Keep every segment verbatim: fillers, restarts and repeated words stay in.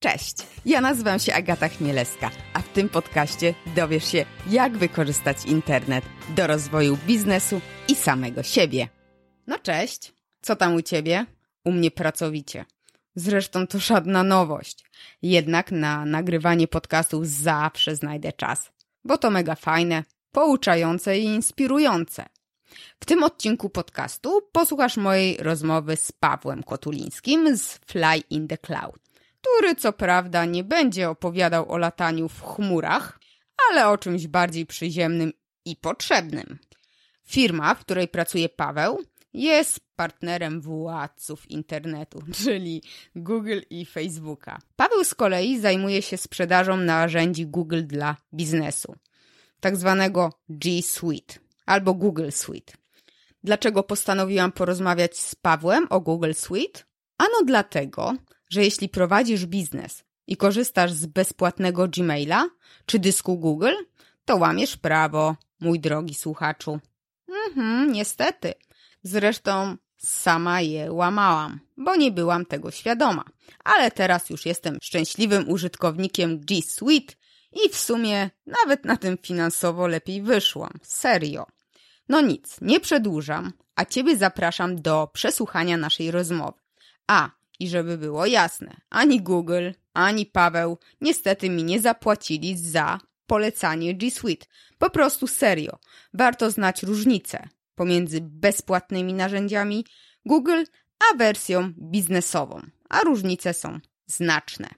Cześć, ja nazywam się Agata Chmielewska, a w tym podcaście dowiesz się, jak wykorzystać internet do rozwoju biznesu i samego siebie. No cześć, co tam u Ciebie? U mnie pracowicie. Zresztą to żadna nowość, jednak na nagrywanie podcastów zawsze znajdę czas, bo to mega fajne, pouczające i inspirujące. W tym odcinku podcastu posłuchasz mojej rozmowy z Pawłem Kotulińskim z Fly in the Cloud, który co prawda nie będzie opowiadał o lataniu w chmurach, ale o czymś bardziej przyziemnym i potrzebnym. Firma, w której pracuje Paweł, jest partnerem władców internetu, czyli Google i Facebooka. Paweł z kolei zajmuje się sprzedażą narzędzi Google dla biznesu, tak zwanego G Suite albo Google Suite. Dlaczego postanowiłam porozmawiać z Pawłem o Google Suite? Ano dlatego, że jeśli prowadzisz biznes i korzystasz z bezpłatnego Gmaila czy dysku Google, to łamiesz prawo, mój drogi słuchaczu. Mhm, niestety. Zresztą sama je łamałam, bo nie byłam tego świadoma. Ale teraz już jestem szczęśliwym użytkownikiem G Suite i w sumie nawet na tym finansowo lepiej wyszłam. Serio. No nic, nie przedłużam, a Ciebie zapraszam do przesłuchania naszej rozmowy. A, i żeby było jasne, ani Google, ani Paweł niestety mi nie zapłacili za polecanie G Suite. Po prostu serio, warto znać różnicę pomiędzy bezpłatnymi narzędziami Google a wersją biznesową, a różnice są znaczne.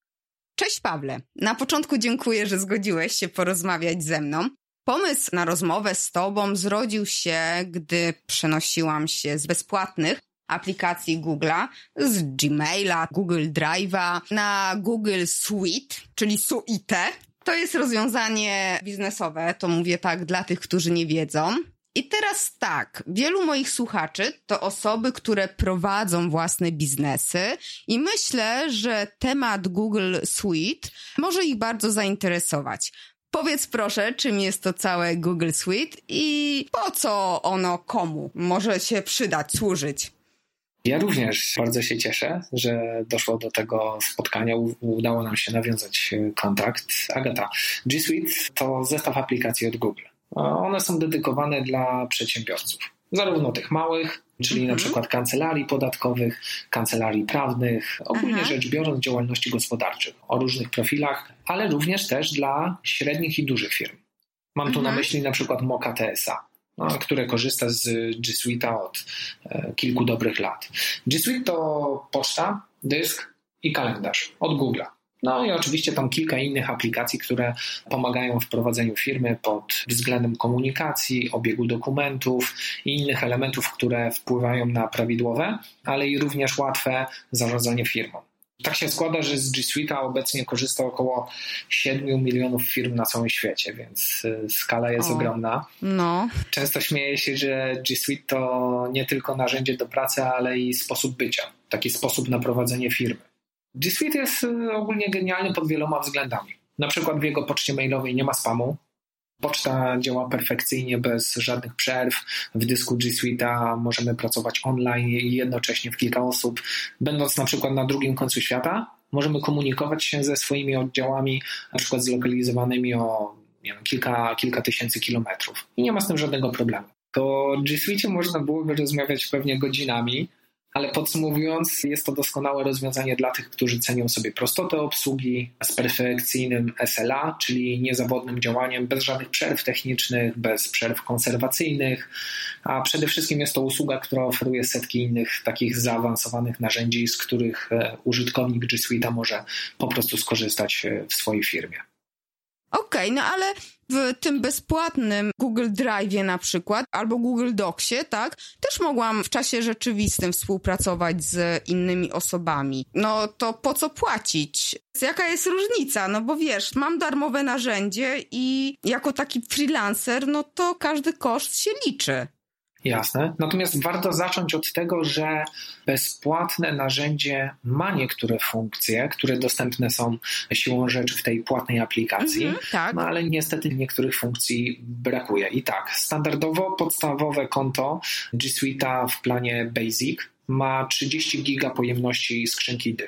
Cześć Pawle, na początku dziękuję, że zgodziłeś się porozmawiać ze mną. Pomysł na rozmowę z Tobą zrodził się, gdy przenosiłam się z bezpłatnych aplikacji Google'a, z Gmaila, Google Drive'a na Google Suite, czyli Suite. To jest rozwiązanie biznesowe, to mówię tak dla tych, którzy nie wiedzą. I teraz tak, wielu moich słuchaczy to osoby, które prowadzą własne biznesy i myślę, że temat Google Suite może ich bardzo zainteresować. Powiedz proszę, czym jest to całe Google Suite i po co ono komu może się przydać, służyć? Ja również bardzo się cieszę, że doszło do tego spotkania. Udało nam się nawiązać kontakt. Agata, G Suite to zestaw aplikacji od Google. One są dedykowane dla przedsiębiorców, zarówno tych małych, czyli mhm. na przykład kancelarii podatkowych, kancelarii prawnych, ogólnie Aha. rzecz biorąc działalności gospodarczych o różnych profilach, ale również też dla średnich i dużych firm. Mam tu mhm. na myśli na przykład Moka T S A. No, które korzysta z G Suite'a od e, kilku dobrych lat. G Suite to poczta, dysk i kalendarz od Google'a. No i oczywiście tam kilka innych aplikacji, które pomagają w prowadzeniu firmy pod względem komunikacji, obiegu dokumentów i innych elementów, które wpływają na prawidłowe, ale i również łatwe zarządzanie firmą. Tak się składa, że z G Suite'a obecnie korzysta około siedmiu milionów firm na całym świecie, więc skala jest o, ogromna. No. Często śmieję się, że G Suite to nie tylko narzędzie do pracy, ale i sposób bycia, taki sposób na prowadzenie firmy. G Suite jest ogólnie genialny pod wieloma względami. Na przykład w jego poczcie mailowej nie ma spamu. Poczta działa perfekcyjnie, bez żadnych przerw. W dysku G Suite'a możemy pracować online i jednocześnie w kilka osób. Będąc na przykład na drugim końcu świata, możemy komunikować się ze swoimi oddziałami, na przykład zlokalizowanymi o nie wiem, kilka, kilka tysięcy kilometrów. I nie ma z tym żadnego problemu. To G Suite można byłoby rozmawiać pewnie godzinami, ale podsumowując, jest to doskonałe rozwiązanie dla tych, którzy cenią sobie prostotę obsługi z perfekcyjnym S L A, czyli niezawodnym działaniem, bez żadnych przerw technicznych, bez przerw konserwacyjnych, a przede wszystkim jest to usługa, która oferuje setki innych takich zaawansowanych narzędzi, z których użytkownik G Suite'a może po prostu skorzystać w swojej firmie. Okej, okay, no ale w tym bezpłatnym Google Drive'ie na przykład, albo Google Docsie, tak, też mogłam w czasie rzeczywistym współpracować z innymi osobami. No to po co płacić? Jaka jest różnica? No bo wiesz, mam darmowe narzędzie i jako taki freelancer, no to każdy koszt się liczy. Jasne. Natomiast warto zacząć od tego, że bezpłatne narzędzie ma niektóre funkcje, które dostępne są siłą rzeczy w tej płatnej aplikacji, mm-hmm, tak. No ale niestety niektórych funkcji brakuje. I tak, standardowo podstawowe konto G Suite'a w planie Basic ma trzydzieści giga pojemności skrzynki dysku.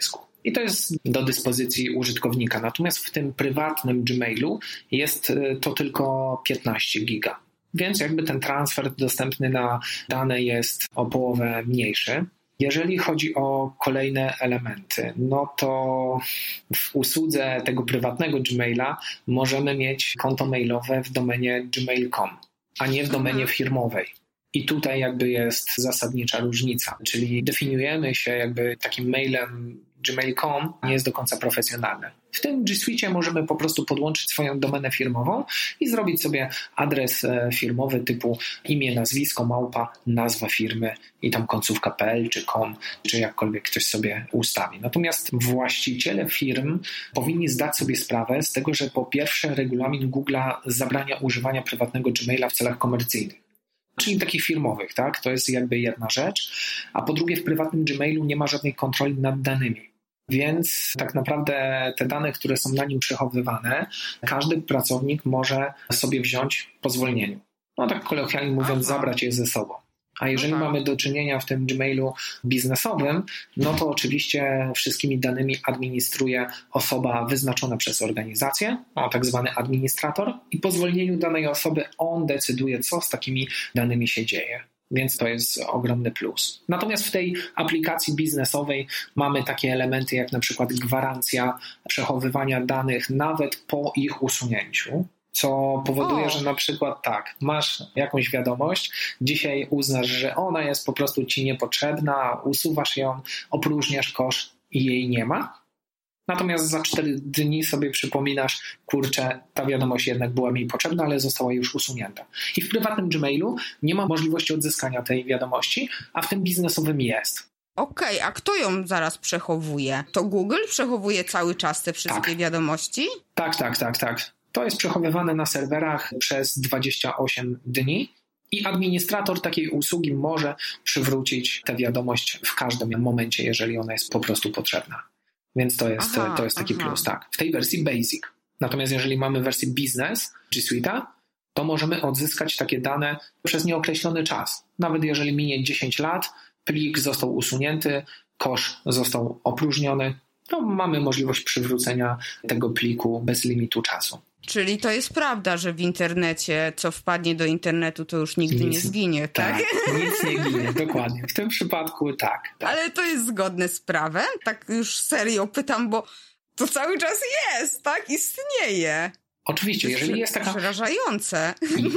I to jest do dyspozycji użytkownika. Natomiast w tym prywatnym Gmailu jest to tylko piętnaście giga. Więc jakby ten transfer dostępny na dane jest o połowę mniejszy. Jeżeli chodzi o kolejne elementy, no to w usłudze tego prywatnego Gmaila możemy mieć konto mailowe w domenie gmail kropka com, a nie w domenie firmowej. I tutaj jakby jest zasadnicza różnica, czyli definiujemy się jakby takim mailem gmail kropka com, nie jest do końca profesjonalny. W tym G Suite możemy po prostu podłączyć swoją domenę firmową i zrobić sobie adres firmowy typu imię, nazwisko, małpa, nazwa firmy i tam końcówka .pl czy .com, czy jakkolwiek ktoś sobie ustawi. Natomiast właściciele firm powinni zdać sobie sprawę z tego, że po pierwsze regulamin Google'a zabrania używania prywatnego Gmaila w celach komercyjnych. Czyli takich firmowych, tak? To jest jakby jedna rzecz. A po drugie w prywatnym Gmailu nie ma żadnej kontroli nad danymi. Więc tak naprawdę te dane, które są na nim przechowywane, każdy pracownik może sobie wziąć po zwolnieniu. No tak kolokwialnie mówiąc, Aha. zabrać je ze sobą. A jeżeli Aha. mamy do czynienia w tym Gmailu biznesowym, no to oczywiście wszystkimi danymi administruje osoba wyznaczona przez organizację, no, tak zwany administrator, i po zwolnieniu danej osoby on decyduje, co z takimi danymi się dzieje. Więc to jest ogromny plus. Natomiast w tej aplikacji biznesowej mamy takie elementy jak na przykład gwarancja przechowywania danych nawet po ich usunięciu, co powoduje, o. że na przykład tak, masz jakąś wiadomość, dzisiaj uznasz, że ona jest po prostu ci niepotrzebna, usuwasz ją, opróżniasz kosz i jej nie ma. Natomiast za cztery dni sobie przypominasz, kurczę, ta wiadomość jednak była mi potrzebna, ale została już usunięta. I w prywatnym Gmailu nie ma możliwości odzyskania tej wiadomości, a w tym biznesowym jest. Okej, okay, a kto ją zaraz przechowuje? To Google przechowuje cały czas te wszystkie tak. wiadomości? Tak, tak, tak, tak. To jest przechowywane na serwerach przez dwadzieścia osiem dni i administrator takiej usługi może przywrócić tę wiadomość w każdym momencie, jeżeli ona jest po prostu potrzebna. Więc to jest, aha, to jest taki aha. plus, tak. W tej wersji basic. Natomiast jeżeli mamy wersję business G Suite'a, to możemy odzyskać takie dane przez nieokreślony czas. Nawet jeżeli minie dziesięć lat, plik został usunięty, kosz został opróżniony, to mamy możliwość przywrócenia tego pliku bez limitu czasu. Czyli to jest prawda, że w internecie, co wpadnie do internetu, to już nigdy nic, nie zginie, tak? Tak, nic nie ginie, dokładnie. W tym przypadku tak, tak. Ale to jest zgodne z prawem? Tak już serio pytam, bo to cały czas jest, tak? Istnieje. Oczywiście, jeżeli jest taka... Przerażające.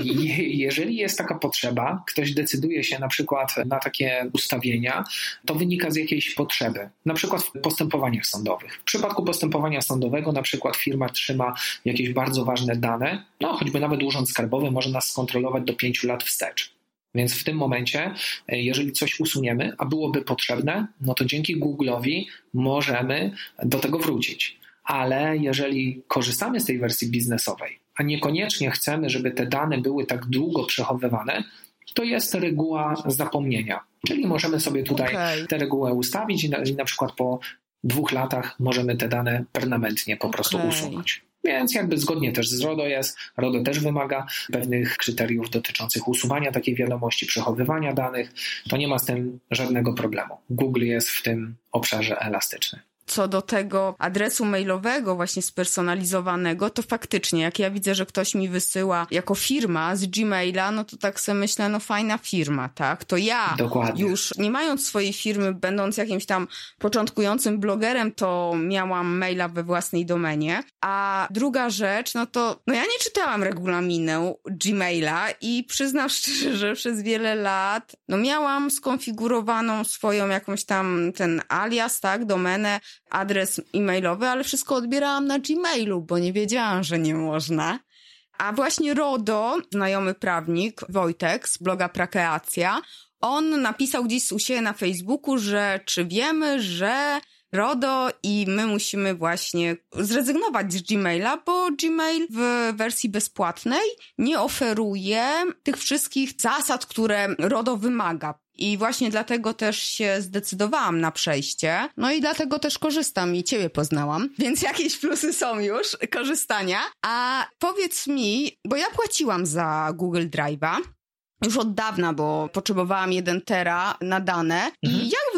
Jeżeli jest taka potrzeba, ktoś decyduje się na przykład na takie ustawienia, to wynika z jakiejś potrzeby. Na przykład w postępowaniach sądowych. W przypadku postępowania sądowego na przykład firma trzyma jakieś bardzo ważne dane, no choćby nawet Urząd Skarbowy może nas skontrolować do pięciu lat wstecz. Więc w tym momencie, jeżeli coś usuniemy, a byłoby potrzebne, no to dzięki Google'owi możemy do tego wrócić. Ale jeżeli korzystamy z tej wersji biznesowej, a niekoniecznie chcemy, żeby te dane były tak długo przechowywane, to jest reguła zapomnienia. Czyli możemy sobie tutaj okay. tę regułę ustawić i na, i na przykład po dwóch latach możemy te dane permanentnie po prostu okay. usunąć. Więc jakby zgodnie też z RODO jest, RODO też wymaga pewnych kryteriów dotyczących usuwania takiej wiadomości, przechowywania danych. To nie ma z tym żadnego problemu. Google jest w tym obszarze elastyczny. Co do tego adresu mailowego właśnie spersonalizowanego, to faktycznie jak ja widzę, że ktoś mi wysyła jako firma z Gmaila, no to tak sobie myślę, no fajna firma, tak? To ja Dokładnie. już nie mając swojej firmy, będąc jakimś tam początkującym blogerem, to miałam maila we własnej domenie. A druga rzecz, no to no ja nie czytałam regulaminu Gmaila i przyznam szczerze, że przez wiele lat no miałam skonfigurowaną swoją jakąś tam ten alias, tak, domenę, adres e-mailowy, ale wszystko odbierałam na Gmailu, bo nie wiedziałam, że nie można. A właśnie RODO, znajomy prawnik Wojtek z bloga Prakreacja, on napisał gdzieś u siebie na Facebooku, że czy wiemy, że RODO i my musimy właśnie zrezygnować z Gmaila, bo Gmail w wersji bezpłatnej nie oferuje tych wszystkich zasad, które RODO wymaga. I właśnie dlatego też się zdecydowałam na przejście. No i dlatego też korzystam i ciebie poznałam. Więc jakieś plusy są już korzystania. A powiedz mi, bo ja płaciłam za Google Drive'a już od dawna, bo potrzebowałam jeden tera na dane. Mhm. I jak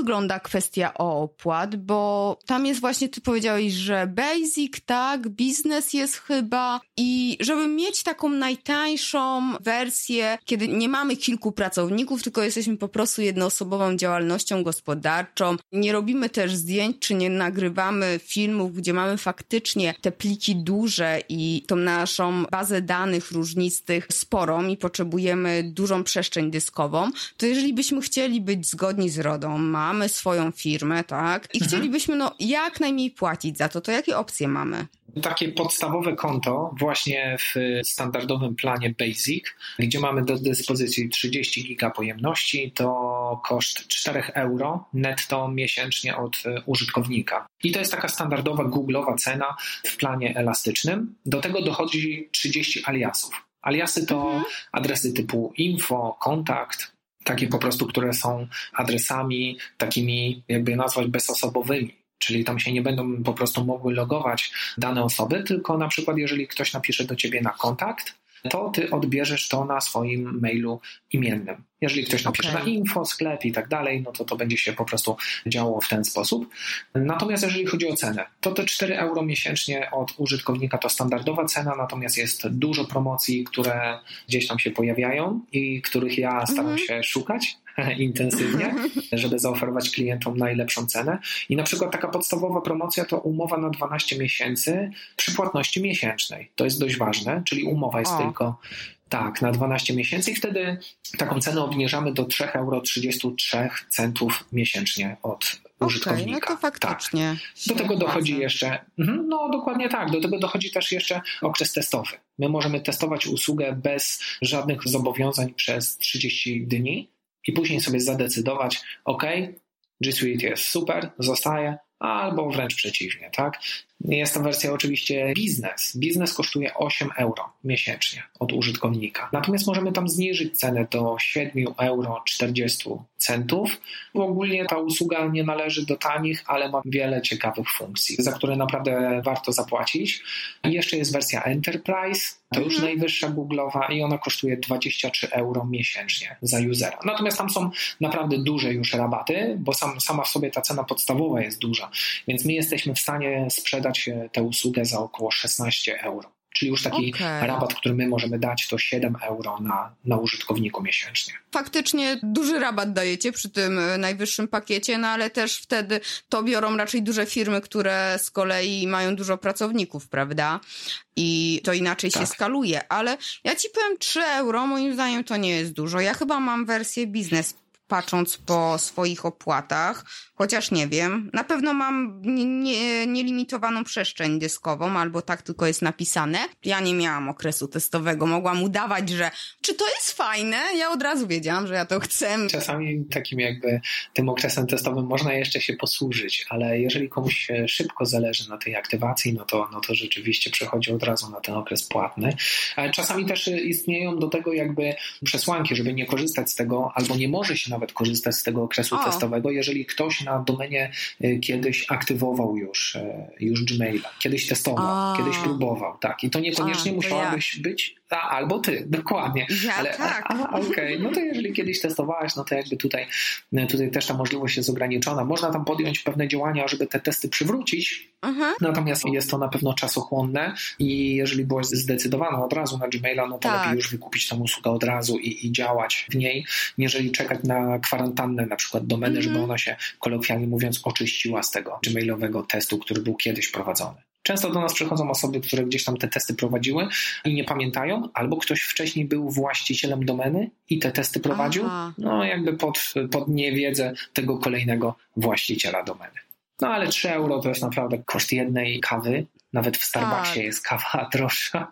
wygląda kwestia opłat? Bo tam jest właśnie, ty powiedziałeś, że basic, tak, biznes jest chyba i żeby mieć taką najtańszą wersję, kiedy nie mamy kilku pracowników, tylko jesteśmy po prostu jednoosobową działalnością gospodarczą, nie robimy też zdjęć, czy nie nagrywamy filmów, gdzie mamy faktycznie te pliki duże i tą naszą bazę danych różnistych sporą i potrzebujemy dużą przestrzeń dyskową, to jeżeli byśmy chcieli być zgodni z RODO, mamy swoją firmę, tak, i mhm. chcielibyśmy no jak najmniej płacić za to, to jakie opcje mamy? Takie podstawowe konto właśnie w standardowym planie Basic, gdzie mamy do dyspozycji trzydzieści giga pojemności, to koszt cztery euro netto miesięcznie od użytkownika. I to jest taka standardowa googlowa cena w planie elastycznym. Do tego dochodzi trzydzieści aliasów. Aliasy to mhm. adresy typu info, kontakt, takie po prostu, które są adresami takimi, jakby nazwać, bezosobowymi. Czyli tam się nie będą po prostu mogły logować dane osoby, tylko na przykład jeżeli ktoś napisze do ciebie na kontakt, to ty odbierzesz to na swoim mailu imiennym. Jeżeli ktoś napisze okay. na info, sklep i tak dalej, no to to będzie się po prostu działo w ten sposób. Natomiast jeżeli chodzi o cenę, to te cztery euro miesięcznie od użytkownika to standardowa cena, natomiast jest dużo promocji, które gdzieś tam się pojawiają i których ja staram mm-hmm. się szukać intensywnie, żeby zaoferować klientom najlepszą cenę. I na przykład taka podstawowa promocja to umowa na dwanaście miesięcy przy płatności miesięcznej. To jest dość ważne, czyli umowa jest o. tylko tak, na dwanaście miesięcy i wtedy taką cenę obniżamy do trzy euro trzydzieści trzy centów miesięcznie od użytkownika. Okay, no to faktycznie. Tak. Do tego dochodzi jeszcze, no dokładnie tak, do tego dochodzi też jeszcze okres testowy. My możemy testować usługę bez żadnych zobowiązań przez trzydzieści dni i później sobie zadecydować, ok, G Suite jest super, zostaje, albo wręcz przeciwnie, tak? Jest to wersja oczywiście biznes. Biznes kosztuje osiem euro miesięcznie od użytkownika. Natomiast możemy tam zniżyć cenę do siedem euro czterdzieści centów. Bo ogólnie ta usługa nie należy do tanich, ale ma wiele ciekawych funkcji, za które naprawdę warto zapłacić. I jeszcze jest wersja Enterprise, to już mhm. najwyższa googlowa i ona kosztuje dwadzieścia trzy euro miesięcznie za usera. Natomiast tam są naprawdę duże już rabaty, bo sam, sama w sobie ta cena podstawowa jest duża. Więc my jesteśmy w stanie sprzedać tę usługę za około szesnaście euro. Czyli już taki okay. rabat, który my możemy dać, to siedem euro na, na użytkowniku miesięcznie. Faktycznie duży rabat dajecie przy tym najwyższym pakiecie, no ale też wtedy to biorą raczej duże firmy, które z kolei mają dużo pracowników, prawda? I to inaczej tak. się skaluje. Ale ja ci powiem, trzy euro moim zdaniem to nie jest dużo. Ja chyba mam wersję biznes, patrząc po swoich opłatach, chociaż nie wiem, na pewno mam nielimitowaną nie, nie przestrzeń dyskową, albo tak tylko jest napisane. Ja nie miałam okresu testowego, mogłam udawać, że czy to jest fajne? Ja od razu wiedziałam, że ja to chcę. Czasami takim jakby tym okresem testowym można jeszcze się posłużyć, ale jeżeli komuś szybko zależy na tej aktywacji, no to, no to rzeczywiście przechodzi od razu na ten okres płatny. Ale czasami też istnieją do tego jakby przesłanki, żeby nie korzystać z tego, albo nie może się nawet korzystać z tego okresu o. testowego, jeżeli ktoś na domenie kiedyś aktywował już, już Gmaila, kiedyś testował, o. kiedyś próbował, tak. I to niekoniecznie o, to musiałabyś ja. być a, albo ty, dokładnie. Ja ale tak. Okej, okay. No to jeżeli kiedyś testowałaś, no to jakby tutaj, tutaj też ta możliwość jest ograniczona. Można tam podjąć pewne działania, żeby te testy przywrócić, uh-huh. natomiast jest to na pewno czasochłonne i jeżeli byłaś zdecydowana od razu na Gmaila, no to tak. lepiej już wykupić tą usługę od razu i, i działać w niej, niżeli czekać na kwarantannę na przykład domeny, uh-huh. żeby ona się kolokwialnie mówiąc oczyściła z tego gmailowego testu, który był kiedyś prowadzony. Często do nas przychodzą osoby, które gdzieś tam te testy prowadziły i nie pamiętają, albo ktoś wcześniej był właścicielem domeny i te testy prowadził, Aha. no jakby pod, pod niewiedzę tego kolejnego właściciela domeny. No ale trzy euro to jest naprawdę koszt jednej kawy. Nawet w Starbucksie tak. jest kawa droższa.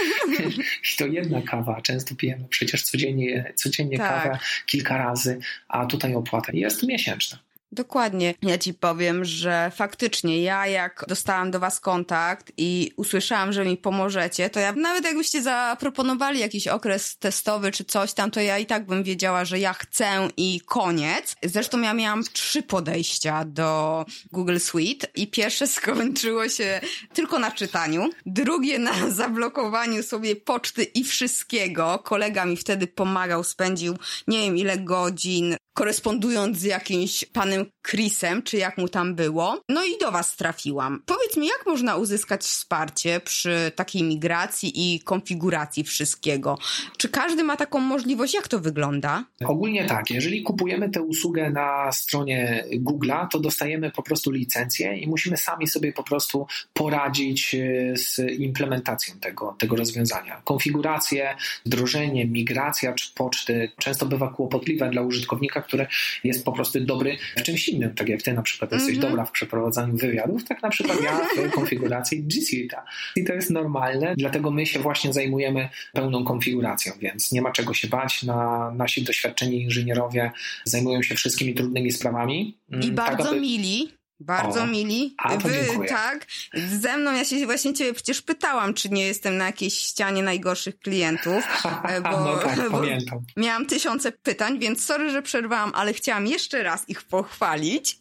I to jedna kawa. Często pijemy przecież codziennie, codziennie tak. kawę kilka razy, a tutaj opłata jest miesięczna. Dokładnie. Ja ci powiem, że faktycznie ja jak dostałam do was kontakt i usłyszałam, że mi pomożecie, to ja nawet jakbyście zaproponowali jakiś okres testowy czy coś tam, to ja i tak bym wiedziała, że ja chcę i koniec. Zresztą ja miałam trzy podejścia do Google Suite i pierwsze skończyło się tylko na czytaniu, drugie na zablokowaniu sobie poczty i wszystkiego. Kolega mi wtedy pomagał, spędził nie wiem ile godzin korespondując z jakimś panem Chrisem, czy jak mu tam było. No i do was trafiłam. Powiedz mi, jak można uzyskać wsparcie przy takiej migracji i konfiguracji wszystkiego? Czy każdy ma taką możliwość? Jak to wygląda? Ogólnie tak. Jeżeli kupujemy tę usługę na stronie Google'a, to dostajemy po prostu licencję i musimy sami sobie po prostu poradzić z implementacją tego, tego rozwiązania. Konfiguracje, wdrożenie, migracja czy poczty często bywa kłopotliwe dla użytkownika, który jest po prostu dobry w czymś innym. Tak jak ty na przykład jesteś mm-hmm. dobra w przeprowadzaniu wywiadów, tak na przykład ja w konfiguracji G Suite'a. I to jest normalne, dlatego my się właśnie zajmujemy pełną konfiguracją, więc nie ma czego się bać. Na, nasi doświadczeni inżynierowie zajmują się wszystkimi trudnymi sprawami. I bardzo tak, aby... mili. Bardzo o, mili. A, to Wy, tak. Ze mną, ja się właśnie ciebie przecież pytałam, czy nie jestem na jakiejś ścianie najgorszych klientów. Bo, no tak, bo pamiętam. Miałam tysiące pytań, więc sorry, że przerwałam, ale chciałam jeszcze raz ich pochwalić.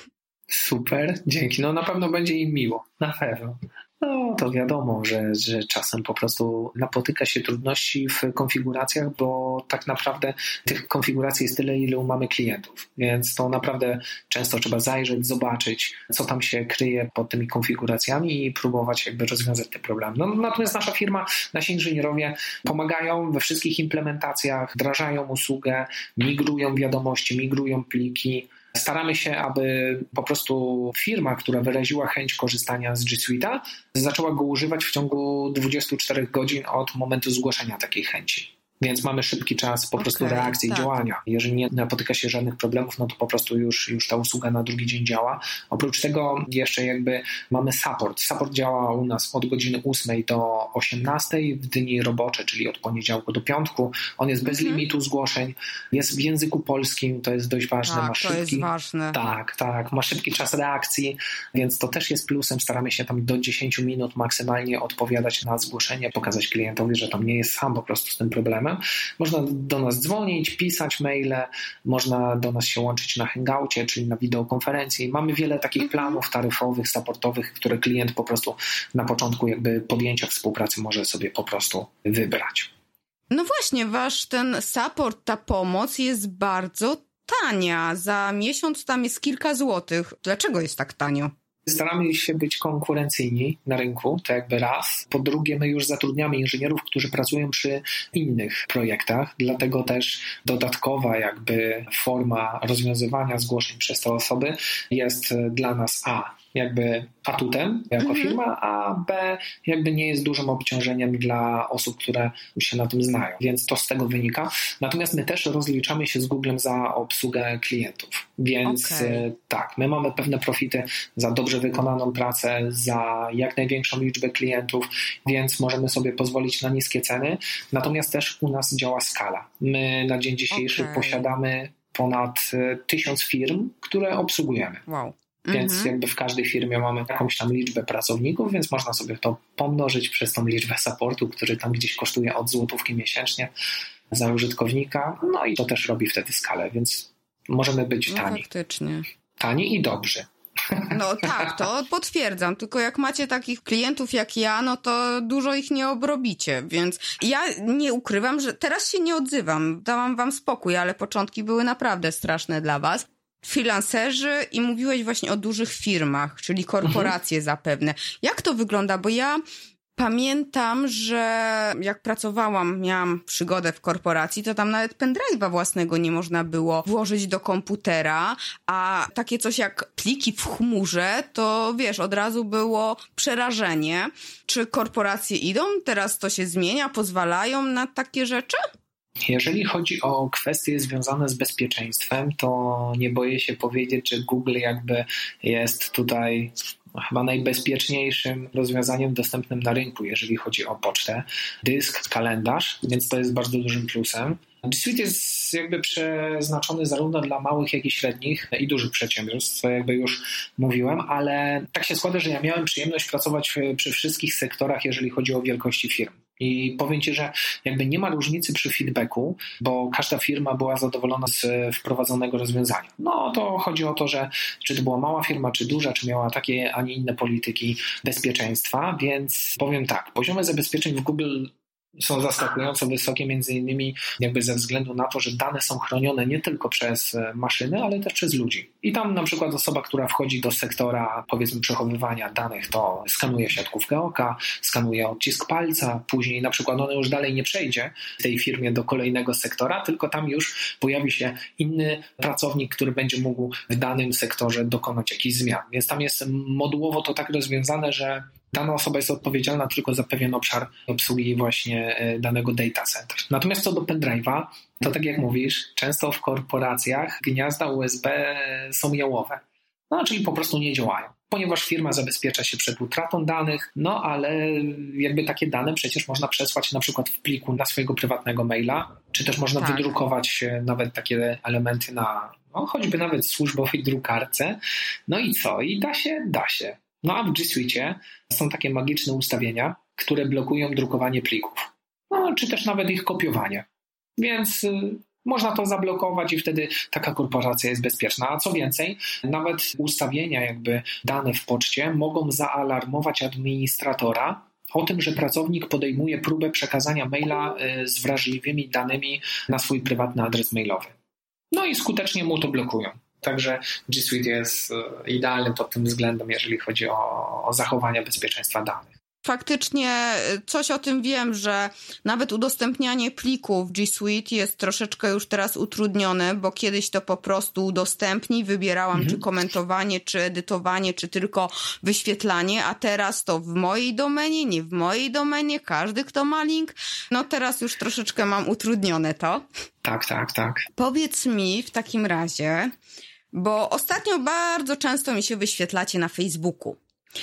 Super, dzięki. No na pewno będzie im miło. Na pewno. No to wiadomo, że, że czasem po prostu napotyka się trudności w konfiguracjach, bo tak naprawdę tych konfiguracji jest tyle, ile mamy klientów. Więc to naprawdę często trzeba zajrzeć, zobaczyć, co tam się kryje pod tymi konfiguracjami i próbować jakby rozwiązać te problemy. No, natomiast nasza firma, nasi inżynierowie pomagają we wszystkich implementacjach, wdrażają usługę, migrują wiadomości, migrują pliki. Staramy się, aby po prostu firma, która wyraziła chęć korzystania z G Suite'a, zaczęła go używać w ciągu dwudziestu czterech godzin od momentu zgłoszenia takiej chęci. Więc mamy szybki czas po prostu okay, reakcji tak. i działania. Jeżeli nie napotyka się żadnych problemów, no to po prostu już, już ta usługa na drugi dzień działa. Oprócz tego jeszcze jakby mamy support. Support działa u nas od godziny ósmej do osiemnastej w dni robocze, czyli od poniedziałku do piątku. On jest bez mhm. limitu zgłoszeń. Jest w języku polskim, to jest dość ważne. Tak, ma to szybki, jest ważne. Tak, tak. Ma szybki czas reakcji, więc to też jest plusem. Staramy się tam do dziesięciu minut maksymalnie odpowiadać na zgłoszenie, pokazać klientowi, że tam nie jest sam po prostu z tym problemem. Można do nas dzwonić, pisać maile, można do nas się łączyć na Hangoucie, czyli na wideokonferencji. Mamy wiele takich planów taryfowych, supportowych, które klient po prostu na początku jakby podjęcia współpracy może sobie po prostu wybrać. No właśnie, wasz ten support, ta pomoc jest bardzo tania. Za miesiąc tam jest kilka złotych. Dlaczego jest tak tanio? Staramy się być konkurencyjni na rynku, to jakby raz. Po drugie, my już zatrudniamy inżynierów, którzy pracują przy innych projektach, dlatego też dodatkowa jakby forma rozwiązywania zgłoszeń przez te osoby jest dla nas A, jakby atutem jako mhm. firma, a B jakby nie jest dużym obciążeniem dla osób, które się na tym znają, więc to z tego wynika. Natomiast my też rozliczamy się z Googlem za obsługę klientów, więc okay. tak, my mamy pewne profity za dobrze wykonaną pracę, za jak największą liczbę klientów, więc możemy sobie pozwolić na niskie ceny, natomiast też u nas działa skala. My na dzień dzisiejszy okay. posiadamy ponad tysiąc firm, które obsługujemy. Wow. Więc mhm. jakby w każdej firmie mamy jakąś tam liczbę pracowników, więc można sobie to pomnożyć przez tą liczbę supportu, który tam gdzieś kosztuje od złotówki miesięcznie za użytkownika. No i to też robi wtedy skalę, więc możemy być tani. No faktycznie. Tani i dobrzy. No tak, to potwierdzam, tylko jak macie takich klientów jak ja, no to dużo ich nie obrobicie, więc ja nie ukrywam, że teraz się nie odzywam, dałam wam spokój, ale początki były naprawdę straszne dla was. Freelancerzy i mówiłeś właśnie o dużych firmach, czyli korporacje mhm. zapewne. Jak to wygląda? Bo ja pamiętam, że jak pracowałam, miałam przygodę w korporacji, to tam nawet pendrive'a własnego nie można było włożyć do komputera, a takie coś jak pliki w chmurze, to wiesz, od razu było przerażenie. Czy korporacje idą? Teraz to się zmienia? Pozwalają na takie rzeczy? Jeżeli chodzi o kwestie związane z bezpieczeństwem, to nie boję się powiedzieć, że Google jakby jest tutaj chyba najbezpieczniejszym rozwiązaniem dostępnym na rynku, jeżeli chodzi o pocztę, dysk, kalendarz, więc to jest bardzo dużym plusem. G Suite jest jakby przeznaczony zarówno dla małych, jak i średnich i dużych przedsiębiorstw, co jakby już mówiłem, ale tak się składa, że ja miałem przyjemność pracować przy wszystkich sektorach, jeżeli chodzi o wielkości firm. I powiem Ci, że jakby nie ma różnicy przy feedbacku, bo każda firma była zadowolona z wprowadzonego rozwiązania. No to chodzi o to, że czy to była mała firma, czy duża, czy miała takie, a nie inne polityki bezpieczeństwa, więc powiem tak, poziomy zabezpieczeń w Google są zaskakująco wysokie, między innymi jakby ze względu na to, że dane są chronione nie tylko przez maszyny, ale też przez ludzi. I tam na przykład osoba, która wchodzi do sektora, powiedzmy, przechowywania danych, to skanuje siatkówkę oka, skanuje odcisk palca, później na przykład ona już dalej nie przejdzie w tej firmie do kolejnego sektora, tylko tam już pojawi się inny pracownik, który będzie mógł w danym sektorze dokonać jakichś zmian. Więc tam jest modułowo to tak rozwiązane, że dana osoba jest odpowiedzialna tylko za pewien obszar obsługi właśnie danego data center. Natomiast co do pendrive'a, to tak jak mówisz, często w korporacjach gniazda U S B są jałowe. No, czyli po prostu nie działają. Ponieważ firma zabezpiecza się przed utratą danych, no ale jakby takie dane przecież można przesłać na przykład w pliku na swojego prywatnego maila, czy też można tak. wydrukować nawet takie elementy na, no choćby nawet służbowej drukarce. No i co? I da się, da się. No a w G Suite są takie magiczne ustawienia, które blokują drukowanie plików. No czy też nawet ich kopiowanie. Więc y, można to zablokować i wtedy taka korporacja jest bezpieczna. A co więcej, nawet ustawienia jakby dane w poczcie mogą zaalarmować administratora o tym, że pracownik podejmuje próbę przekazania maila y, z wrażliwymi danymi na swój prywatny adres mailowy. No i skutecznie mu to blokują. Także G Suite jest idealny pod tym względem, jeżeli chodzi o, o zachowanie bezpieczeństwa danych. Faktycznie coś o tym wiem, że nawet udostępnianie plików w G Suite jest troszeczkę już teraz utrudnione, bo kiedyś to po prostu udostępnij, wybierałam mhm. czy komentowanie, czy edytowanie, czy tylko wyświetlanie, a teraz to w mojej domenie, nie w mojej domenie, każdy kto ma link, no teraz już troszeczkę mam utrudnione to. Tak, tak, tak. Powiedz mi w takim razie, bo ostatnio bardzo często mi się wyświetlacie na Facebooku.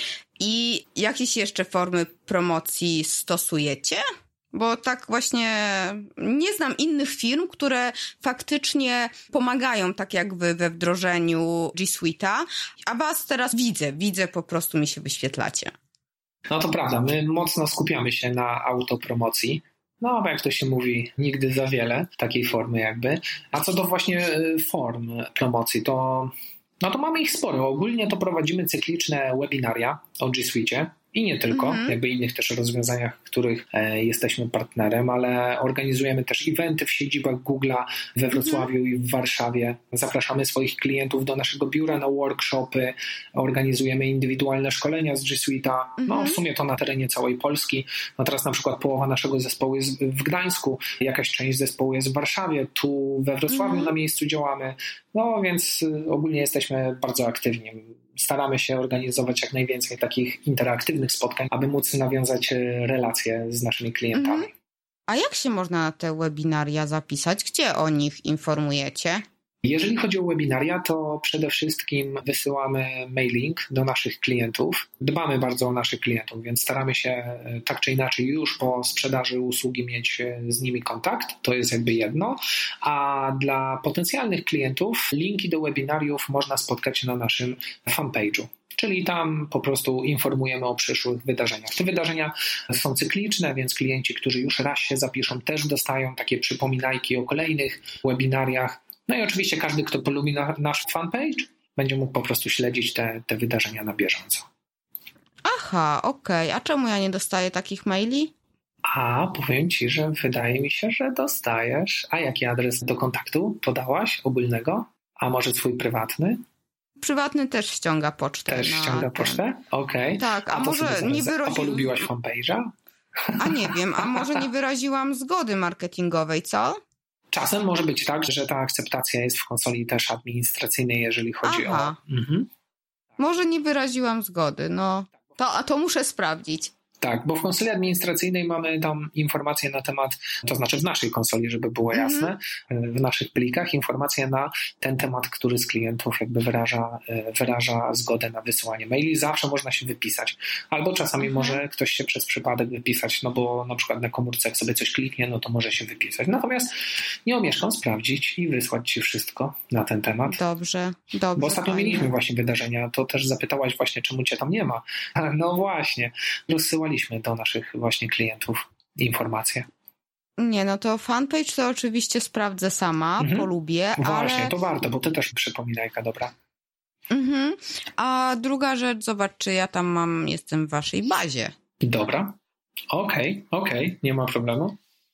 I jakieś jeszcze formy promocji stosujecie? Bo tak właśnie nie znam innych firm, które faktycznie pomagają tak jak wy we wdrożeniu G Suite'a, a was teraz widzę, widzę po prostu mi się wyświetlacie. No to prawda, my mocno skupiamy się na autopromocji. No, bo jak to się mówi, nigdy za wiele takiej formy jakby. A co do właśnie form promocji, to no to mamy ich sporo. Ogólnie to prowadzimy cykliczne webinaria o G Suite i nie tylko, mm-hmm. jakby innych też rozwiązaniach, w których e, jesteśmy partnerem, ale organizujemy też eventy w siedzibach Google'a we Wrocławiu mm-hmm. i w Warszawie. Zapraszamy swoich klientów do naszego biura na workshopy, organizujemy indywidualne szkolenia z G Suite'a. Mm-hmm. No w sumie to na terenie całej Polski. No teraz na przykład połowa naszego zespołu jest w Gdańsku, jakaś część zespołu jest w Warszawie, tu we Wrocławiu mm-hmm. na miejscu działamy. No więc ogólnie jesteśmy bardzo aktywni. Staramy się organizować jak najwięcej takich interaktywnych spotkań, aby móc nawiązać relacje z naszymi klientami. Mhm. A jak się można na te webinaria zapisać? Gdzie o nich informujecie? Jeżeli chodzi o webinaria, to przede wszystkim wysyłamy mailing do naszych klientów. Dbamy bardzo o naszych klientów, więc staramy się tak czy inaczej już po sprzedaży usługi mieć z nimi kontakt. To jest jakby jedno. A dla potencjalnych klientów linki do webinariów można spotkać na naszym fanpage'u. Czyli tam po prostu informujemy o przyszłych wydarzeniach. Te wydarzenia są cykliczne, więc klienci, którzy już raz się zapiszą, też dostają takie przypominajki o kolejnych webinariach. No i oczywiście każdy, kto polubi na, nasz fanpage, będzie mógł po prostu śledzić te, te wydarzenia na bieżąco. Aha, okej. Okay. A czemu ja nie dostaję takich maili? A powiem Ci, że wydaje mi się, że dostajesz. A jaki adres do kontaktu podałaś ogólnego? A może swój prywatny? Prywatny też ściąga pocztę. Też ściąga pocztę? Okej. Okay. Tak, a, a może nie wyraziłam... A polubiłaś fanpage'a? A nie wiem, a może nie wyraziłam zgody marketingowej, co? Czasem może być tak, że ta akceptacja jest w konsoli też administracyjnej, jeżeli chodzi Aha. o... Mhm. Może nie wyraziłam zgody, no. To, a to muszę sprawdzić. Tak, bo w konsoli administracyjnej mamy tam informacje na temat, to znaczy w naszej konsoli, żeby było jasne, mm-hmm. w naszych plikach informacje na ten temat, który z klientów jakby wyraża, wyraża zgodę na wysyłanie maili. Zawsze można się wypisać. Albo czasami mm-hmm. może ktoś się przez przypadek wypisać, no bo na przykład na komórce jak sobie coś kliknie, no to może się wypisać. Natomiast nie omieszkam sprawdzić i wysłać Ci wszystko na ten temat. Dobrze, dobrze. Bo ostatnio fajnie. Mieliśmy właśnie wydarzenia, to też zapytałaś właśnie, czemu Cię tam nie ma. No właśnie, rozsyłaliśmy do naszych właśnie klientów informacje. Nie, no to fanpage to oczywiście sprawdzę sama, mhm. polubię, Właśnie, ale... to warto, bo ty też przypominajka, dobra. Mhm. A druga rzecz, zobacz, czy ja tam mam, jestem w waszej bazie. Dobra. Okej, okay, okej, okay, nie ma problemu.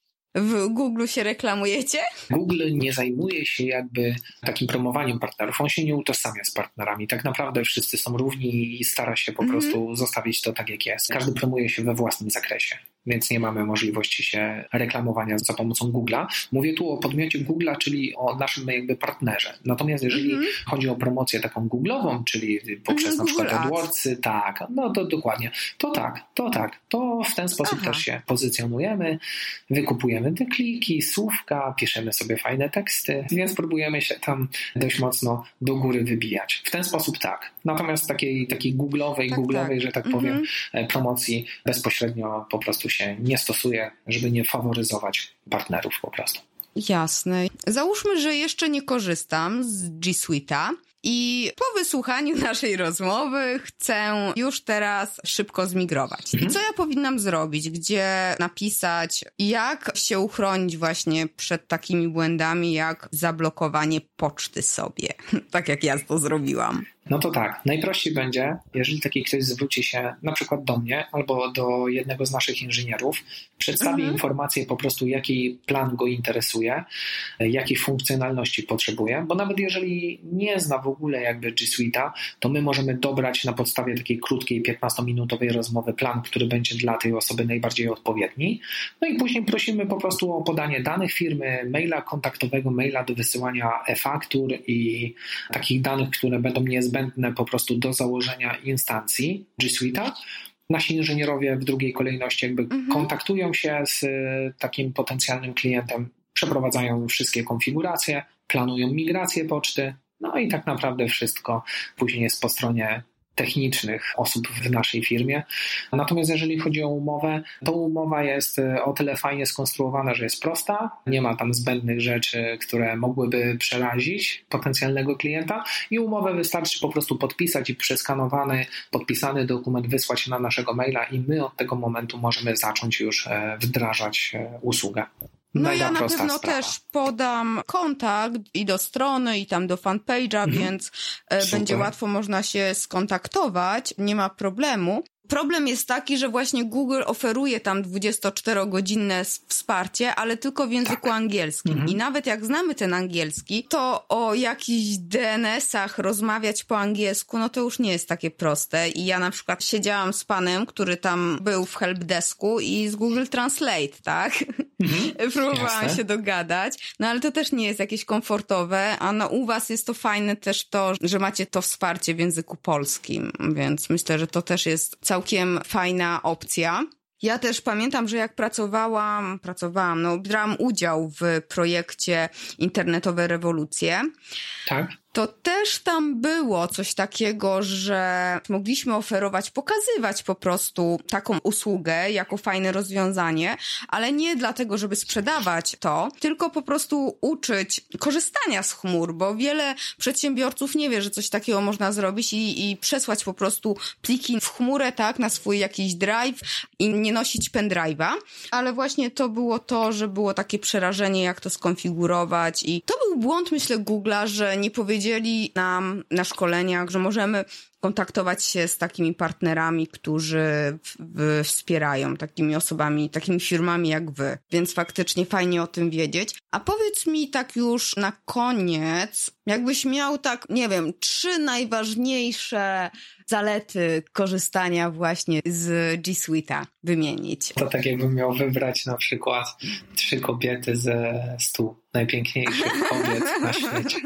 W Google się reklamujecie? Google nie zajmuje się jakby takim promowaniem partnerów. On się nie utożsamia z partnerami. Tak naprawdę wszyscy są równi i stara się po mm-hmm. prostu zostawić to tak, jak jest. Każdy promuje się we własnym zakresie, więc nie mamy możliwości się reklamowania za pomocą Google'a. Mówię tu o podmiocie Google'a, czyli o naszym jakby partnerze. Natomiast jeżeli mm-hmm. chodzi o promocję taką Google'ową, czyli poprzez mm-hmm, na przykład AdWordsy, tak, no to dokładnie, to tak, to tak, to w ten sposób Aha. też się pozycjonujemy, wykupujemy te kliki, słówka, piszemy sobie fajne teksty, więc próbujemy się tam dość mocno do góry wybijać. W ten sposób tak. Natomiast takiej, takiej Google'owej, tak, Google'owej, tak. że tak powiem, mm-hmm. promocji bezpośrednio po prostu się nie stosuje, żeby nie faworyzować partnerów po prostu. Jasne. Załóżmy, że jeszcze nie korzystam z G Suite'a i po wysłuchaniu naszej rozmowy chcę już teraz szybko zmigrować. Mhm. I co ja powinnam zrobić? Gdzie napisać? Jak się uchronić właśnie przed takimi błędami jak zablokowanie poczty sobie? Tak jak ja to zrobiłam. No to tak, najprościej będzie, jeżeli taki ktoś zwróci się na przykład do mnie albo do jednego z naszych inżynierów, przedstawi mhm. informację po prostu, jaki plan go interesuje, jakiej funkcjonalności potrzebuje, bo nawet jeżeli nie zna w ogóle jakby G Suite'a, to my możemy dobrać na podstawie takiej krótkiej, piętnastominutowej rozmowy plan, który będzie dla tej osoby najbardziej odpowiedni. No i później prosimy po prostu o podanie danych firmy, maila kontaktowego, maila do wysyłania e-faktur i takich danych, które będą niezbędne po prostu do założenia instancji G Suite'a. Nasi inżynierowie w drugiej kolejności jakby mhm. kontaktują się z takim potencjalnym klientem, przeprowadzają wszystkie konfiguracje, planują migrację poczty, no i tak naprawdę wszystko później jest po stronie technicznych osób w naszej firmie. Natomiast jeżeli chodzi o umowę, to umowa jest o tyle fajnie skonstruowana, że jest prosta, nie ma tam zbędnych rzeczy, które mogłyby przerazić potencjalnego klienta i umowę wystarczy po prostu podpisać i przeskanowany, podpisany dokument wysłać na naszego maila i my od tego momentu możemy zacząć już wdrażać usługę. No ja na pewno sprawa. też podam kontakt i do strony, i tam do fanpage'a, mhm. więc Super. będzie łatwo można się skontaktować, nie ma problemu. Problem jest taki, że właśnie Google oferuje tam dwudziestoczterogodzinne wsparcie, ale tylko w języku tak. angielskim. Mhm. I nawet jak znamy ten angielski, to o jakichś D N S-ach rozmawiać po angielsku, no to już nie jest takie proste. I ja na przykład siedziałam z panem, który tam był w helpdesku i z Google Translate, tak? Mhm. Próbowałam Jasne. się dogadać, no ale to też nie jest jakieś komfortowe, a no u was jest to fajne też to, że macie to wsparcie w języku polskim, więc myślę, że to też jest całkiem fajna opcja. Ja też pamiętam, że jak pracowałam, pracowałam, no brałam udział w projekcie Internetowe Rewolucje. Tak. To też tam było coś takiego, że mogliśmy oferować, pokazywać po prostu taką usługę jako fajne rozwiązanie, ale nie dlatego, żeby sprzedawać to, tylko po prostu uczyć korzystania z chmur, bo wiele przedsiębiorców nie wie, że coś takiego można zrobić i, i przesłać po prostu pliki w chmurę, tak, na swój jakiś drive i nie nosić pendrive'a, ale właśnie to było to, że było takie przerażenie, jak to skonfigurować i to był błąd, myślę, Google'a, że nie powiedzieli nam na szkoleniach, że możemy kontaktować się z takimi partnerami, którzy w, w, wspierają, takimi osobami, takimi firmami jak wy. Więc faktycznie fajnie o tym wiedzieć. A powiedz mi tak już na koniec, jakbyś miał tak, nie wiem, trzy najważniejsze zalety korzystania właśnie z G Suite'a wymienić. To tak jakbym miał wybrać na przykład trzy kobiety ze stu najpiękniejszych kobiet na świecie.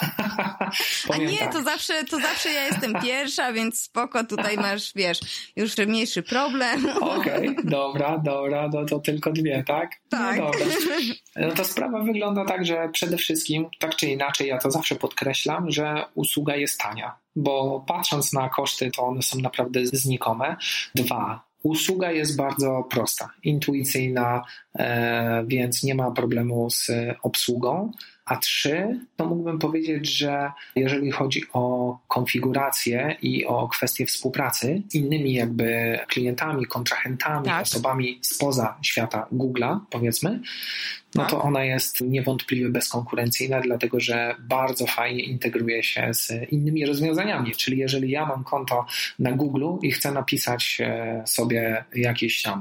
A nie, tak. to zawsze to zawsze ja jestem pierwsza, więc spoko, tutaj masz, wiesz, już mniejszy problem. Okej, okay, dobra, dobra, no to tylko dwie, tak? Tak. No dobra. No to sprawa wygląda tak, że przede wszystkim, tak czy inaczej, ja to zawsze podkreślam, że usługa jest tania, bo patrząc na koszty, to one są naprawdę znikome. Dwa, usługa jest bardzo prosta, intuicyjna, e, więc nie ma problemu z obsługą. A trzy, to mógłbym powiedzieć, że jeżeli chodzi o konfigurację i o kwestie współpracy z innymi jakby klientami, kontrahentami, tak. osobami spoza świata Google'a, powiedzmy, no tak. to ona jest niewątpliwie bezkonkurencyjna, dlatego że bardzo fajnie integruje się z innymi rozwiązaniami. Czyli jeżeli ja mam konto na Google'u i chcę napisać sobie jakieś tam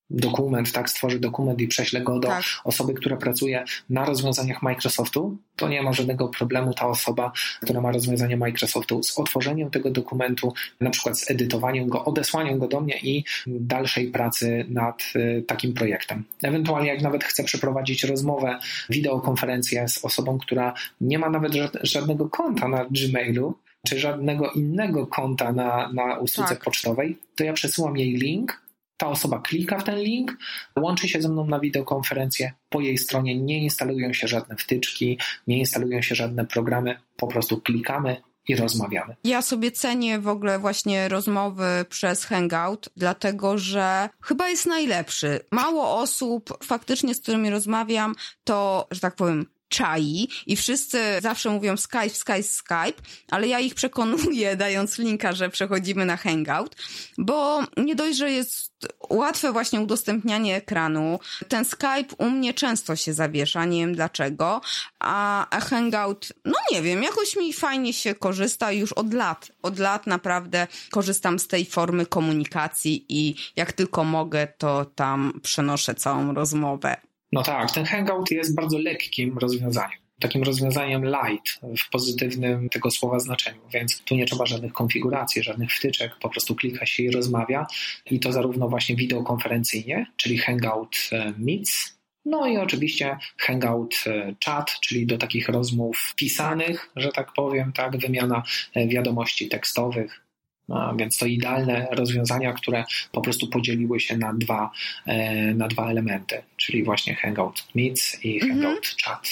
dokument, tak, stworzy dokument i prześle go do tak. osoby, która pracuje na rozwiązaniach Microsoftu, to nie ma żadnego problemu ta osoba, która ma rozwiązanie Microsoftu z otworzeniem tego dokumentu, na przykład z edytowaniem go, odesłaniem go do mnie i dalszej pracy nad y, takim projektem. Ewentualnie jak nawet chcę przeprowadzić rozmowę, wideokonferencję z osobą, która nie ma nawet żadnego konta na Gmailu, czy żadnego innego konta na, na usłudze tak. pocztowej, to ja przesyłam jej link, ta osoba klika w ten link, łączy się ze mną na wideokonferencję, po jej stronie nie instalują się żadne wtyczki, nie instalują się żadne programy, po prostu klikamy i rozmawiamy. Ja sobie cenię w ogóle właśnie rozmowy przez Hangout, dlatego że chyba jest najlepszy. Mało osób faktycznie, z którymi rozmawiam, to, że tak powiem, czai i wszyscy zawsze mówią Skype, Skype, Skype, ale ja ich przekonuję, dając linka, że przechodzimy na Hangout, bo nie dość, że jest łatwe właśnie udostępnianie ekranu. Ten Skype u mnie często się zawiesza, nie wiem dlaczego, a, a Hangout, no nie wiem, jakoś mi fajnie się korzysta już od lat. Od lat naprawdę korzystam z tej formy komunikacji i jak tylko mogę, to tam przenoszę całą rozmowę. No tak, ten Hangout jest bardzo lekkim rozwiązaniem. Takim rozwiązaniem light w pozytywnym tego słowa znaczeniu, więc tu nie trzeba żadnych konfiguracji, żadnych wtyczek, po prostu klika się i rozmawia i to zarówno właśnie wideokonferencyjnie, czyli Hangout Meets, no i oczywiście Hangout Chat, czyli do takich rozmów pisanych, że tak powiem, tak, wymiana wiadomości tekstowych. No, więc to idealne rozwiązania, które po prostu podzieliły się na dwa, na dwa elementy, czyli właśnie Hangout Meets i Hangout mhm. Chat.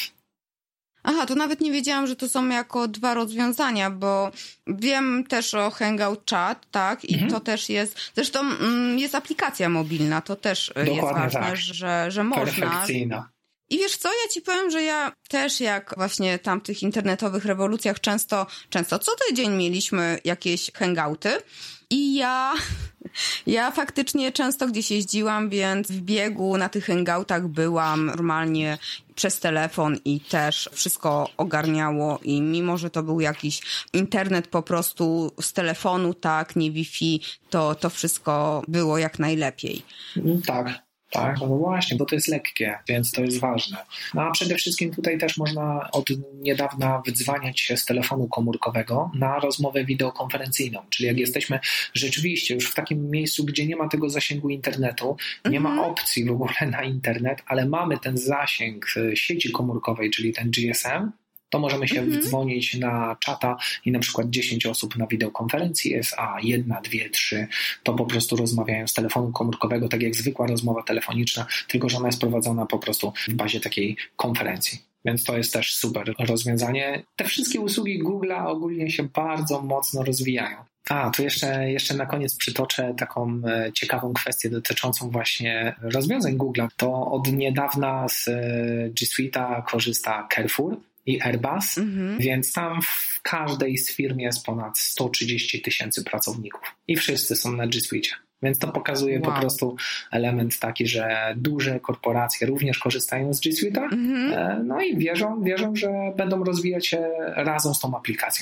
Aha, to nawet nie wiedziałam, że to są jako dwa rozwiązania, bo wiem też o Hangout Chat, tak, i mhm. to też jest, zresztą jest aplikacja mobilna, to też Dokładnie jest ważne, tak. że, że można. Perfekcyjna. I wiesz co, ja ci powiem, że ja też jak właśnie tam tych internetowych rewolucjach często, często co tydzień mieliśmy jakieś hangouty i ja, ja faktycznie często gdzieś jeździłam, więc w biegu na tych hangoutach byłam normalnie przez telefon i też wszystko ogarniało i mimo, że to był jakiś internet po prostu z telefonu, tak, nie Wi-Fi, to, to wszystko było jak najlepiej. Tak. Tak, no właśnie, bo to jest lekkie, więc to jest ważne. No a przede wszystkim tutaj też można od niedawna wydzwaniać się z telefonu komórkowego na rozmowę wideokonferencyjną, czyli jak jesteśmy rzeczywiście już w takim miejscu, gdzie nie ma tego zasięgu internetu, nie ma opcji w ogóle na internet, ale mamy ten zasięg sieci komórkowej, czyli ten G S M, to możemy się mhm. wdzwonić na czata i na przykład dziesięć osób na wideokonferencji jest, a jedna, dwie, trzy to po prostu rozmawiają z telefonu komórkowego, tak jak zwykła rozmowa telefoniczna, tylko że ona jest prowadzona po prostu w bazie takiej konferencji. Więc to jest też super rozwiązanie. Te wszystkie usługi Google'a ogólnie się bardzo mocno rozwijają. A, tu jeszcze, jeszcze na koniec przytoczę taką ciekawą kwestię dotyczącą właśnie rozwiązań Google'a. To od niedawna z G Suite'a korzysta Carrefour i Airbus, mhm. więc tam w każdej z firm jest ponad sto trzydzieści tysięcy pracowników i wszyscy są na G Suite. Więc to pokazuje wow. po prostu element taki, że duże korporacje również korzystają z G Suite'a, mhm. no i wierzą, wierzą, że będą rozwijać się razem z tą aplikacją.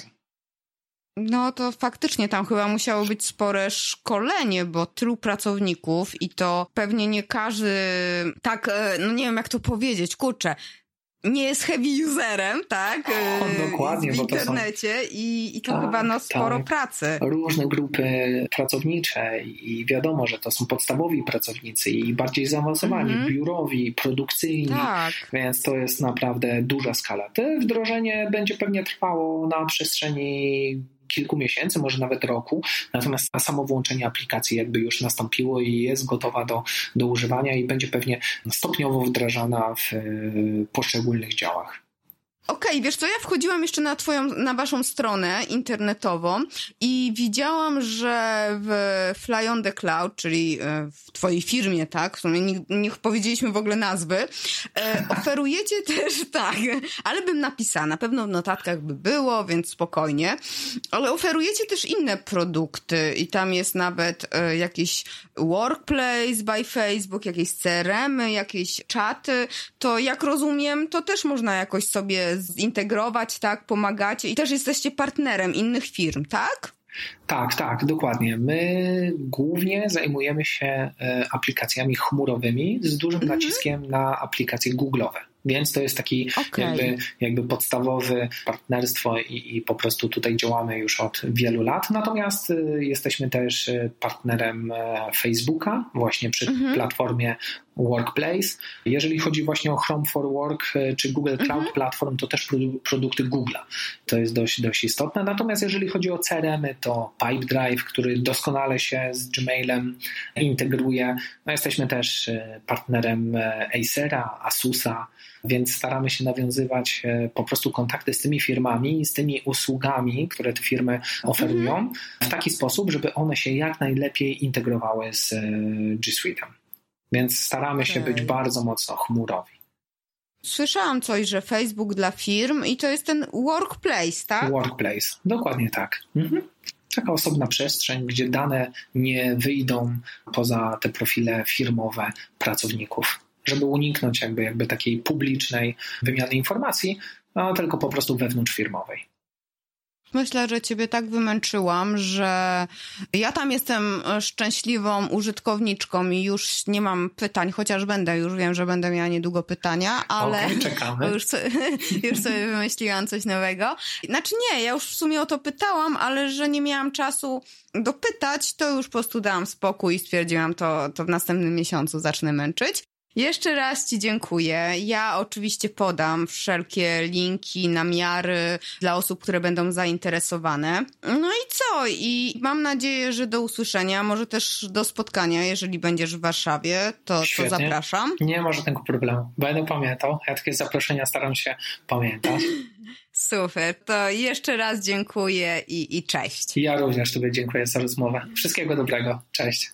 No to faktycznie tam chyba musiało być spore szkolenie, bo tylu pracowników i to pewnie nie każdy, tak, no nie wiem jak to powiedzieć, kurczę, nie jest heavy userem, tak? O, dokładnie, w bo to internecie są... i, i to tak, chyba no sporo tak. pracy. Różne grupy pracownicze i wiadomo, że to są podstawowi pracownicy i bardziej zaawansowani, mm-hmm. biurowi, produkcyjni, tak. więc to jest naprawdę duża skala. To wdrożenie będzie pewnie trwało na przestrzeni kilku miesięcy, może nawet roku, natomiast samo włączenie aplikacji jakby już nastąpiło i jest gotowa do, do używania i będzie pewnie stopniowo wdrażana w y, poszczególnych działach. Okej, okay, wiesz co, ja wchodziłam jeszcze na twoją, na waszą stronę internetową i widziałam, że w Fly on the Cloud, czyli w twojej firmie, tak, w sumie nie, nie powiedzieliśmy w ogóle nazwy, e, oferujecie też, tak, ale bym napisała, na pewno w notatkach by było, więc spokojnie, ale oferujecie też inne produkty i tam jest nawet e, jakieś Workplace by Facebook, jakieś C R M-y, jakieś czaty, to jak rozumiem, to też można jakoś sobie zintegrować, tak, pomagacie i też jesteście partnerem innych firm, tak? Tak, tak, dokładnie. My głównie zajmujemy się aplikacjami chmurowymi z dużym mm-hmm. naciskiem na aplikacje Google'owe. Więc to jest taki okay. jakby, jakby podstawowe partnerstwo i, i po prostu tutaj działamy już od wielu lat. Natomiast jesteśmy też partnerem Facebooka właśnie przy mm-hmm. platformie Workplace. Jeżeli chodzi właśnie o Chrome for Work czy Google Cloud mm-hmm. Platform, to też produkty Google'a. To jest dość, dość istotne. Natomiast jeżeli chodzi o C R M-y, to Pipedrive, który doskonale się z Gmailem integruje. No jesteśmy też partnerem Acera, Asusa, więc staramy się nawiązywać po prostu kontakty z tymi firmami, z tymi usługami, które te firmy oferują mm-hmm. w taki sposób, żeby one się jak najlepiej integrowały z G Suite'em. Więc staramy okay. się być bardzo mocno chmurowi. Słyszałam coś, że Facebook dla firm i to jest ten Workplace, tak? Workplace, dokładnie tak. Mhm. Taka osobna przestrzeń, gdzie dane nie wyjdą poza te profile firmowe pracowników, żeby uniknąć jakby, jakby takiej publicznej wymiany informacji, no, tylko po prostu wewnątrzfirmowej. Myślę, że ciebie tak wymęczyłam, że ja tam jestem szczęśliwą użytkowniczką i już nie mam pytań, chociaż będę, już wiem, że będę miała niedługo pytania, ale okay, czekamy. Już, sobie, już sobie wymyśliłam coś nowego. Znaczy nie, ja już w sumie o to pytałam, ale że nie miałam czasu dopytać, to już po prostu dałam spokój i stwierdziłam, to, to w następnym miesiącu zacznę męczyć. Jeszcze raz ci dziękuję. Ja oczywiście podam wszelkie linki, namiary dla osób, które będą zainteresowane. No i co? I mam nadzieję, że do usłyszenia, może też do spotkania, jeżeli będziesz w Warszawie, to, to zapraszam. Nie ma żadnego problemu. Będę pamiętał. Ja takie zaproszenia staram się pamiętać. Super. To jeszcze raz dziękuję i, i cześć. Ja również tobie dziękuję za rozmowę. Wszystkiego dobrego. Cześć.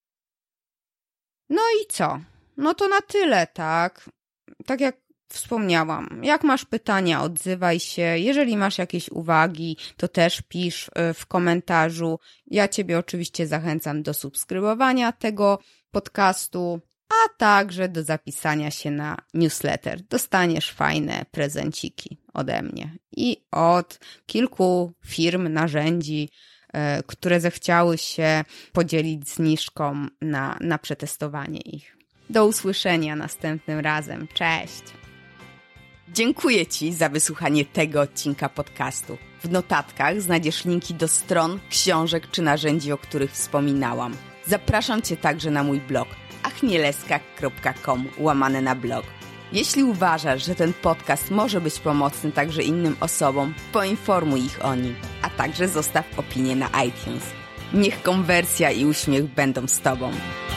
No i co? No to na tyle, tak? Tak jak wspomniałam, jak masz pytania, odzywaj się. Jeżeli masz jakieś uwagi, to też pisz w komentarzu. Ja ciebie oczywiście zachęcam do subskrybowania tego podcastu, a także do zapisania się na newsletter. Dostaniesz fajne prezenciki ode mnie i od kilku firm, narzędzi, które zechciały się podzielić zniżką na, na przetestowanie ich. Do usłyszenia następnym razem. Cześć! Dziękuję ci za wysłuchanie tego odcinka podcastu. W notatkach znajdziesz linki do stron, książek czy narzędzi, o których wspominałam. Zapraszam cię także na mój blog achmieleska kropka com łamane na blog. Jeśli uważasz, że ten podcast może być pomocny także innym osobom, poinformuj ich o nim, a także zostaw opinię na iTunes. Niech konwersja i uśmiech będą z tobą.